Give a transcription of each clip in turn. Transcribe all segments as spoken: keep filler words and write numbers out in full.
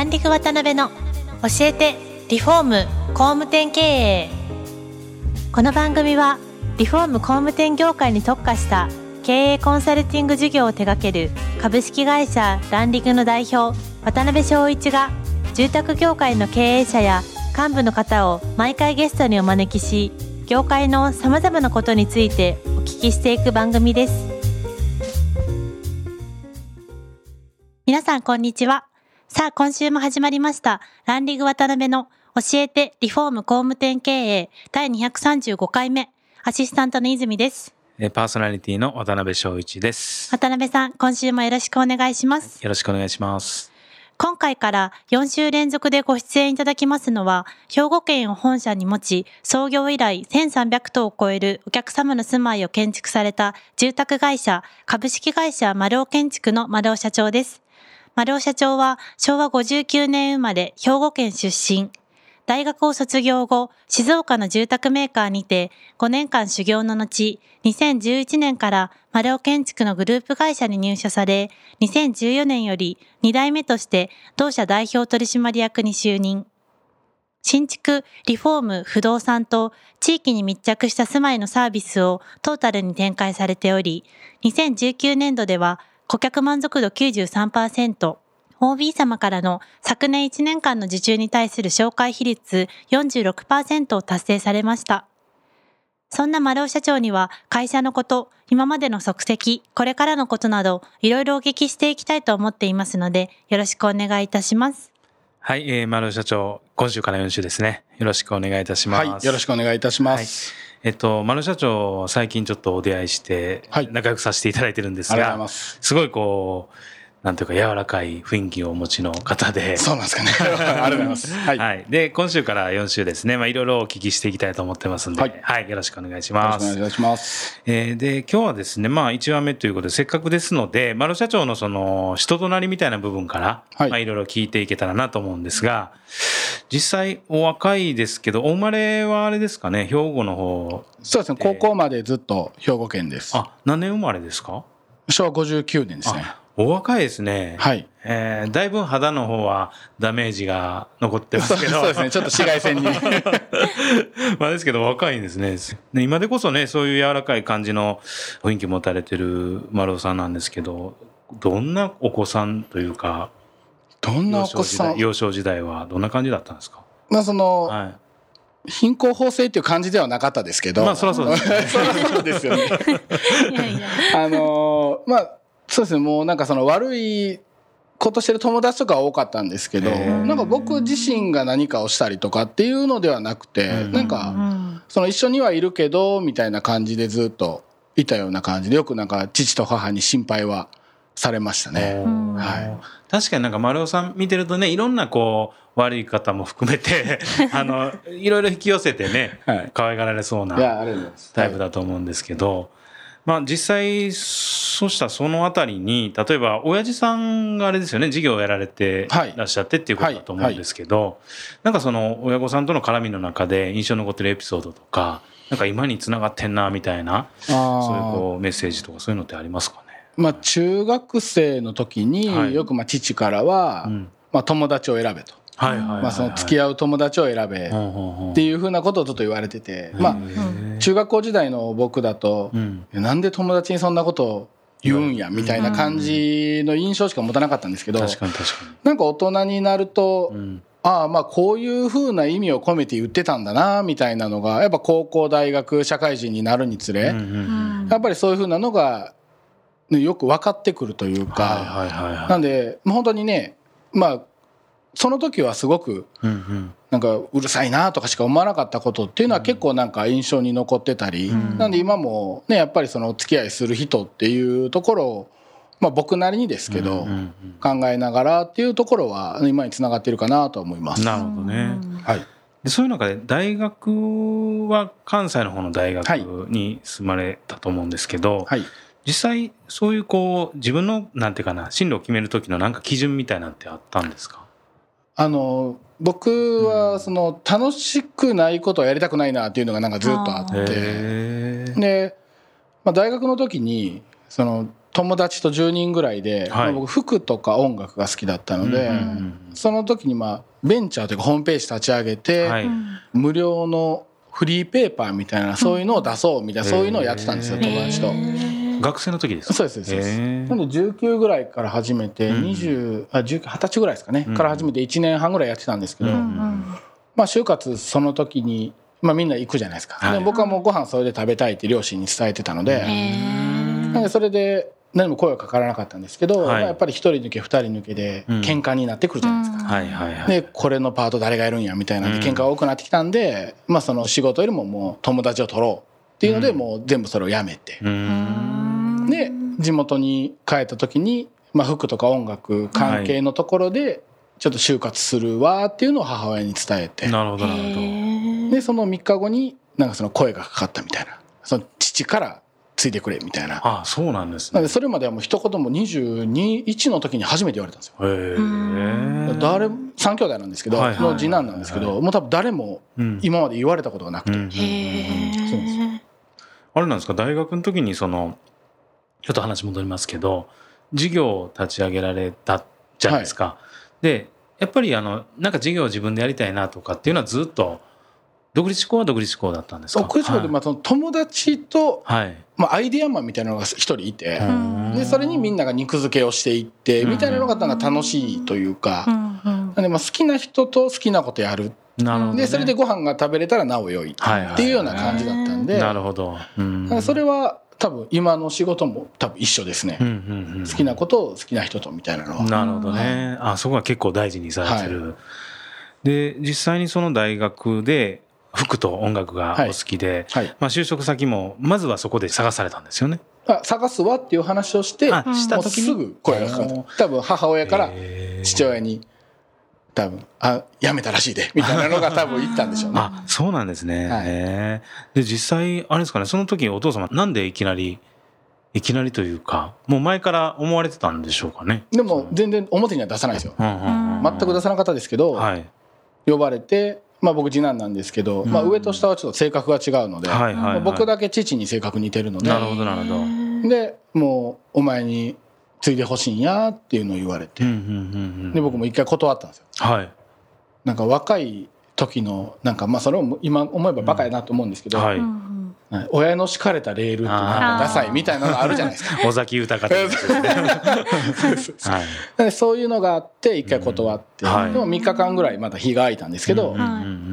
ランディング渡辺の教えてリフォーム工務店経営。この番組はリフォーム工務店業界に特化した経営コンサルティング事業を手掛ける株式会社ランディングの代表渡辺翔一が住宅業界の経営者や幹部の方を毎回ゲストにお招きし、業界のさまざまなことについてお聞きしていく番組です。皆さんこんにちは。さあ今週も始まりましたランディング渡辺の教えてリフォーム工務店経営だいにひゃくさんじゅうごかいめ、アシスタントの泉です。 パーソナリティの渡辺翔一です。 渡辺さん、今週もよろしくお願いします。 よろしくお願いします。 今回からよんしゅう連続でご出演いただきますのは、兵庫県を本社に持ち、創業以来せんさんびゃくとうを超えるお客様の住まいを建築された住宅会社株式会社丸尾建築の丸尾社長です。丸尾社長はしょうわごじゅうきゅうねん生まれ、兵庫県出身。大学を卒業後、静岡の住宅メーカーにてごねんかん修行の後、にせんじゅういちねんから丸尾建築のグループ会社に入社され、にせんじゅうよねんよりにだいめとして同社代表取締役に就任。新築、リフォーム、不動産と地域に密着した住まいのサービスをトータルに展開されており、にせんじゅうきゅうねんどでは顧客満足度 きゅうじゅうさんパーセント、オービー 様からの昨年いちねんかんの受注に対する紹介比率 よんじゅうろくパーセント を達成されました。そんな丸尾社長には会社のこと、今までの足跡、これからのことなどいろいろお聞きしていきたいと思っていますので、よろしくお願いいたします。 はい、えー、丸尾社長、今週からよん週ですね。よろしくお願いいたします。 はい、よろしくお願いいたします。 はい、えっと、丸尾社長、最近ちょっとお出会いして仲良くさせていただいてるんですが、はい、ありがとうございます。すごいこう、なんていうか柔らかい雰囲気をお持ちの方で。 そうなんですかね。ありがとうございます。 はい。はい、で、今週からよん週ですね。まあ、いろいろお聞きしていきたいと思ってますんで、はい。はい、よろしくお願いします。 よろしくお願いします。 えー、で、今日はですね、まあ、いちわめということで、せっかくですので、丸尾社長のその、人となりみたいな部分から、はい。まあ、いろいろ聞いていけたらなと思うんですが、実際、お若いですけど、お生まれはあれですかね、兵庫の方。 そうですね、高校までずっと兵庫県です。 あ、何年生まれですか？ しょうわごじゅうきゅうねんですね。 お若いですね。 はい。 えー、だいぶ肌の方はダメージが残ってますけど。 そうですね。ちょっと紫外線に。 まあですけど若いんですね。今でこそね、そういう柔らかい感じの雰囲気持たれてる丸尾さんなんですけど、どんなお子さんというか、 どんなお子さん？ 幼少時代はどんな感じだったんですか？ まあその、 はい、 貧困法制っていう感じではなかったですけど。 まあそりゃそうですね。 そりゃそうですよね。いやいや。あのー、まあ、そうですね、もうなんかその悪いことしてる友達とか多かったんですけど、なんか僕自身が何かをしたりとかっていうのではなくて、なんかその一緒にはいるけどみたいな感じでずっといたような感じで、よくなんか父と母に心配はされましたね。はい、 確かになんか丸尾さん見てるとね、いろんなこう悪い方も含めてあのいろいろ引き寄せてね、はい、可愛がられそうなタイプだと思うんですけど、まあ実際そうしたそのあたりに、例えば親父さんがあれですよね、事業をやられてらっしゃってっていうことだと思うんですけど、はいはいはい、なんかその親御さんとの絡みの中で印象に残ってるエピソードとか、なんか今に繋がってんなみたいな、そういうこうメッセージとかそういうのってありますかね？ まあ中学生の時によくまあ父からは、まあ友達を選べと。 はいはいはいはい、 まあその付き合う友達を選べっていうふうなことをちょっと言われてて、まあ中学校時代の僕だと、なんで友達にそんなことを言うんやみたいな感じの印象しか持たなかったんですけど、 確かに確かに、 なんか大人になると、ああまあこういうふうな意味を込めて言ってたんだなみたいなのが、やっぱ高校大学社会人になるにつれ、やっぱりそういうふうなのがよく分かってくるというか、なんで本当にね、まあその時はすごくなんかうるさいなとかしか思わなかったことっていうのは結構なんか印象に残ってたり、なんで今もねやっぱりそのお付き合いする人っていうところをまあ僕なりにですけど考えながらっていうところは今につながってるかなと思います。 なるほどね。はい。でそういう中で大学は関西の方の大学に住まれたと思うんですけど、はい、実際そういうこう自分のなんていうかな進路を決める時のなんか基準みたいなんてあったんですか？ あの僕はその楽しくないことはやりたくないなっていうのがなんかずっとあって、で、まあ、大学の時にその友達とじゅうにんぐらいで、 はい、 まあ、僕服とか音楽が好きだったので、うんうんうん、その時にまあベンチャーというかホームページ立ち上げて、はい、無料のフリーペーパーみたいなそういうのを出そうみたいな、そういうのをやってたんですよ、友達と。 学生の時ですか？ そうですそうです。なんでじゅうきゅうぐらいから始めてにじゅう、あ、じゅうきゅう、はたちぐらいですかね、うん、から始めていちねんはんぐらいやってたんですけど、うんうん、まあ就活その時に、まあ、みんな行くじゃないですか、はい、で僕はもうご飯それで食べたいって両親に伝えてたので、なんでそれで何も声はかからなかったんですけど、はい、まあ、やっぱりひとり抜けふたり抜けで喧嘩になってくるじゃないですか、うん、でこれのパート誰がやるんやみたいなんで喧嘩が多くなってきたんで、まあ、その仕事よりももう友達を取ろうっていうのでもう全部それをやめて、うん、で地元に帰った時に、まあ、服とか音楽関係のところでちょっと就活するわっていうのを母親に伝えて、 なるほどなるほど。 でそのみっかごになんかその声がかかったみたいな、その父からついてくれみたいな。 ああ、そうなんですね。 なのでそれまではもう一言もにじゅうに、いちの時に初めて言われたんですよ。へえ。誰もさん兄弟なんですけど、の次男なんですけど、もう多分誰も今まで言われたことがなくて。へえ。 あれなんですか、大学の時にそのちょっと話戻りますけど、事業を立ち上げられたじゃないですか。はい、でやっぱりあのなんか事業を自分でやりたいなとかっていうのはずっと独立志向は独立志向だったんですか？ 独立志向で、まあ、その友達と、はい、まあ、アイデアマンみたいなのが一人いて、でそれにみんなが肉付けをしていってみたいなのがなんか楽しいというか、なんでまあ好きな人と好きなことやる。なるほどね、でそれでご飯が食べれたらなお良いっていうような感じだったんで、 なるほど、 うん、それは多分今の仕事も多分一緒ですね、うんうんうん、好きなことを好きな人とみたいなのは。 なるほどね、はい、あそこは結構大事にされてる、はい、で実際にその大学で服と音楽がお好きで、はいはい、まあ、就職先もまずはそこで探されたんですよね。 あ、探すわっていう話をしてした時にすぐ声がかかった。多分母親から父親に多分あ辞めたらしいでみたいなのが多分言ったんでしょうね。 あ、そうなんですね、はい、で実際あれですかね、その時お父様なんでいきなりいきなりというかもう前から思われてたんでしょうかね。 でも全然表には出さないですよ、うんうんうん、全く出さなかったですけど、はい、呼ばれて、まあ、僕次男なんですけど、まあ、上と下はちょっと性格が違うので、はいはいはい、僕だけ父に性格似てるので、 なるほどなるほど、 でもうお前に継いでほしいんやっていうのを言われて、うんうんうんうん、で僕も一回断ったんですよ、はい、なんか若い時のなんかまあそれを今思えばバカやなと思うんですけど、うん、はい、親の敷かれたレールってなんかダサいみたいなのがあるじゃないですか。 尾崎豊ですね。 はい、そういうのがあって一回断って、うん、でもみっかかんぐらいまた日が空いたんですけど、うんうんうん、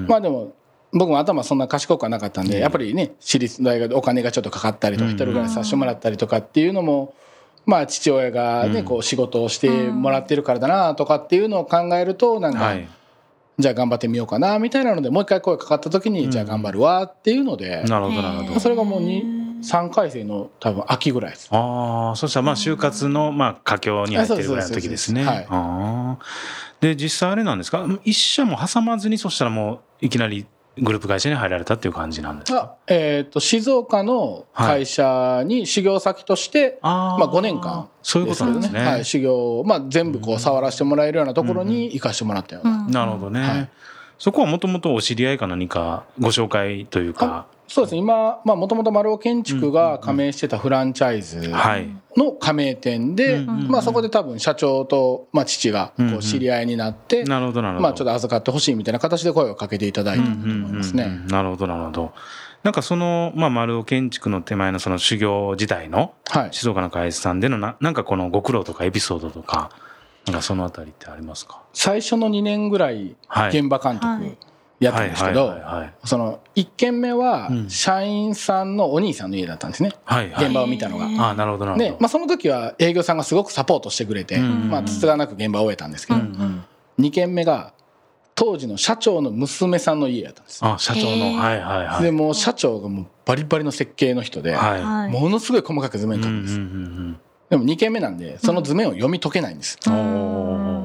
まあでも僕も頭そんな賢くはなかったんで、やっぱりね私立大学でお金がちょっとかかったりとか一人暮らしさせてもらったりとかっていうのも、まあ父親がねこう仕事をしてもらってるからだなとかっていうのを考えるとなんか、はい、じゃあ頑張ってみようかなみたいなのでもう一回声かかった時に、うん、じゃあ頑張るわっていうので、なるほどなるほど、それがもうにさんかい生の多分秋ぐらいです。 ああ、そしたらまあ就活のまあ佳境に入ってるぐらいの時ですね。はい、あで実際あれなんですか、一社も挟まずにそしたらもういきなりグループ会社に入られたっていう感じなんですか？ あ、えー、と静岡の会社に修行先として、はい、まあ、ごねんかんそういうことなんですね、 はい、修行、まあ、全部こう触らせてもらえるようなところに行かせてもらったような、うんうん、 なるほどね、はい、そこはもともとお知り合いか何かご紹介というか。 そうですね、今もともと丸尾建築が加盟してたフランチャイズの加盟店で、まあ、そこで多分社長とまあ父がこう知り合いになって、まあ、ちょっと預かってほしいみたいな形で声をかけていただいたと思いますね。 なるほどなるほど。なんかその、まあ、丸尾建築の手前のその修行自体の静岡の会社さんでのな、なんかこのご苦労とかエピソードとかなんかそのあたりってありますか？ 最初のにねんぐらい現場監督、はいはい、やったんですけど、そのいっけんめは社員さんのお兄さんの家だったんですね、はいはい、現場を見たのが。 あ、なるほどなるほど。 で、まあ、その時は営業さんがすごくサポートしてくれて、まあ、つつがなく現場を終えたんですけど、うんうん、にけんめが当時の社長の娘さんの家だったんです。 あ、社長の、はいはいはい。 でもう社長がもうバリバリの設計の人で、はい、ものすごい細かく図面描くんです、うんうんうんうん、でもにけんめなんでその図面を読み解けないんです、うん、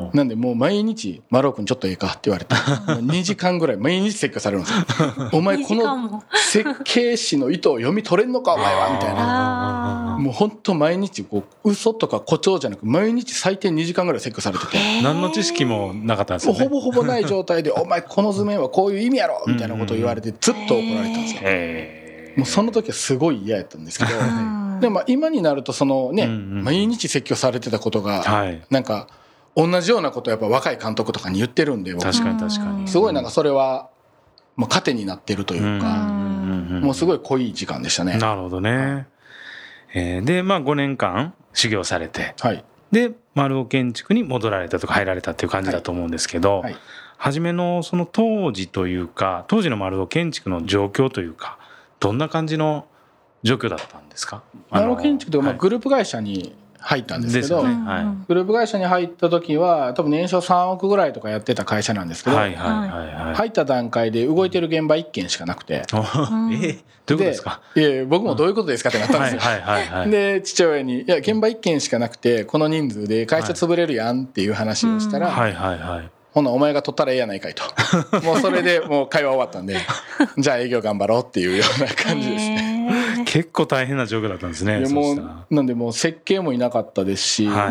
なんでもう毎日丸尾くんちょっといいかって言われてにじかんぐらい毎日説教されるんですよお前この設計士の意図を読み取れんのかお前はみたいな、もう本当毎日こう嘘とか誇張じゃなく毎日最低にじかんぐらい説教されてて、 何の知識もなかったんですよね。 ほぼほぼない状態でお前この図面はこういう意味やろみたいなことを言われてずっと怒られたんですよ。もうその時はすごい嫌やったんですけどでも今になるとそのね、うんうん、毎日説教されてたことが、はい、なんか同じようなことをやっぱ若い監督とかに言ってるんで、 確かに確かにすごいなんかそれはもう糧になってるというか、もうすごい濃い時間でしたね。 なるほどね、はい、えー、でまあごねんかん修行されて、はい、で丸尾建築に戻られたとか入られたっていう感じだと思うんですけど、はいはい、初めのその当時というか当時の丸尾建築の状況というかどんな感じの状況だったんですか？ 丸尾建築というか、まあ、グループ会社に入ったんですけど、ね、はい、グループ会社に入った時は多分年商さんおくぐらいとかやってた会社なんですけど、はいはいはいはい、入った段階で動いてる現場いっけんしかなくて、 うん、えどういうことですか？ いやいや僕もどういうことですかってなったんですよ、はいはいはいはい、で父親にいや現場いっけんしかなくてこの人数で会社潰れるやんっていう話をしたら、はいはいはいはい、ほなお前が取ったらええやないかいともうそれでもう会話終わったんでじゃあ営業頑張ろうっていうような感じですね。 結構大変な状況だったんですね。 もうなんでもう設計もいなかったですし、はい、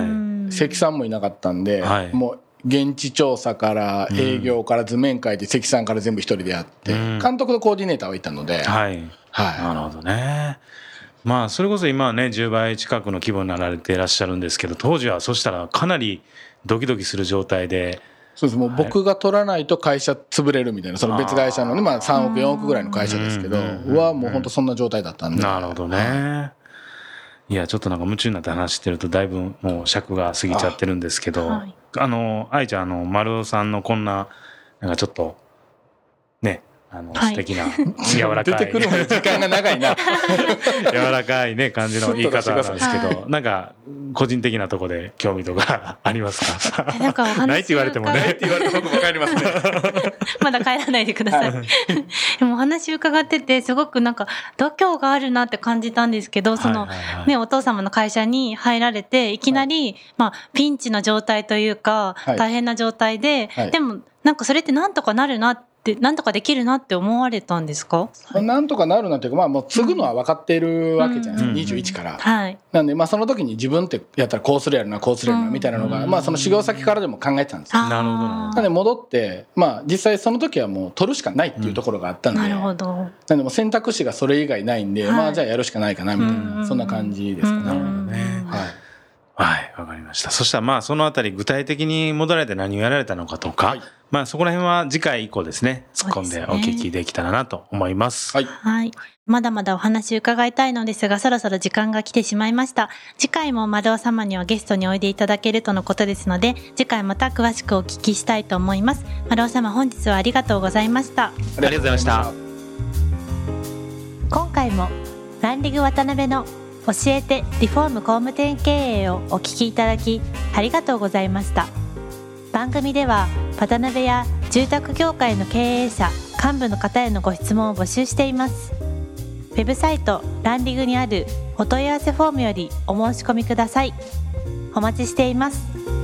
積算もいなかったんで、はい、もう現地調査から営業から図面会で積算から全部一人でやって、うん、監督とコーディネーターはいたので、はいはい、なるほどね。まあそれこそ今はねじゅうばい近くの規模になられていらっしゃるんですけど、当時はそしたらかなりドキドキする状態で。 そうです、もう僕が取らないと会社潰れるみたいな、その別会社のね、まあさんおくよんおくぐらいの会社ですけどはもう本当そんな状態だったんで。 なるほどね、はい、いやちょっとなんか夢中になって話してるとだいぶもう尺が過ぎちゃってるんですけど、 あ,、はい、あの愛ちゃんあの丸尾さんのこんななんかちょっとねあの素敵な柔らかい出てくるまで時間が長いな柔らかいね感じの言い方なんですけど、なんか個人的なところで興味とかありますか？ なんかお話ないって言われてもねって言われて僕も帰りますねまだ帰らないでください、はい、でもお話伺っててすごくなんか度胸があるなって感じたんですけど、その、はいはいはいね、お父様の会社に入られていきなり、はいまあ、ピンチの状態というか、はい、大変な状態で、はい、でもなんかそれってなんとかなるなってでなんとかできるなって思われたんですか？ なんとかなるなっていうか、まあ、もう継ぐのは分かっているわけじゃないですか、うん、にじゅういちから、はい、なんでまあその時に自分ってやったらこうするやろなこうするやろなみたいなのが、うんまあ、その修行先からでも考えてたんですよ。なるほど。なんで戻って、まあ、実際その時はもう取るしかないっていうところがあったんで、うん、なるほど。なんでもう選択肢がそれ以外ないんで、はいまあ、じゃあやるしかないかなみたいな、うん、そんな感じですかね。なるほどね。はいはい、わかりました。そしたらまあそのあたり具体的に戻られて何をやられたのかとか、はい、まあそこら辺は次回以降ですね、突っ込んでお聞きできたらなと思います。 はい。はい。まだまだお話伺いたいのですが、そろそろ時間が来てしまいました。次回も丸尾様にはゲストにおいでいただけるとのことですので、次回また詳しくお聞きしたいと思います。丸尾様、本日はありがとうございました。ありがとうございました。 今回もランリグ渡辺の教えてリフォーム工務店経営をお聞きいただきありがとうございました。番組では渡辺や住宅業界の経営者幹部の方へのご質問を募集しています。ウェブサイトランリグにあるお問い合わせフォームよりお申し込みください。お待ちしています。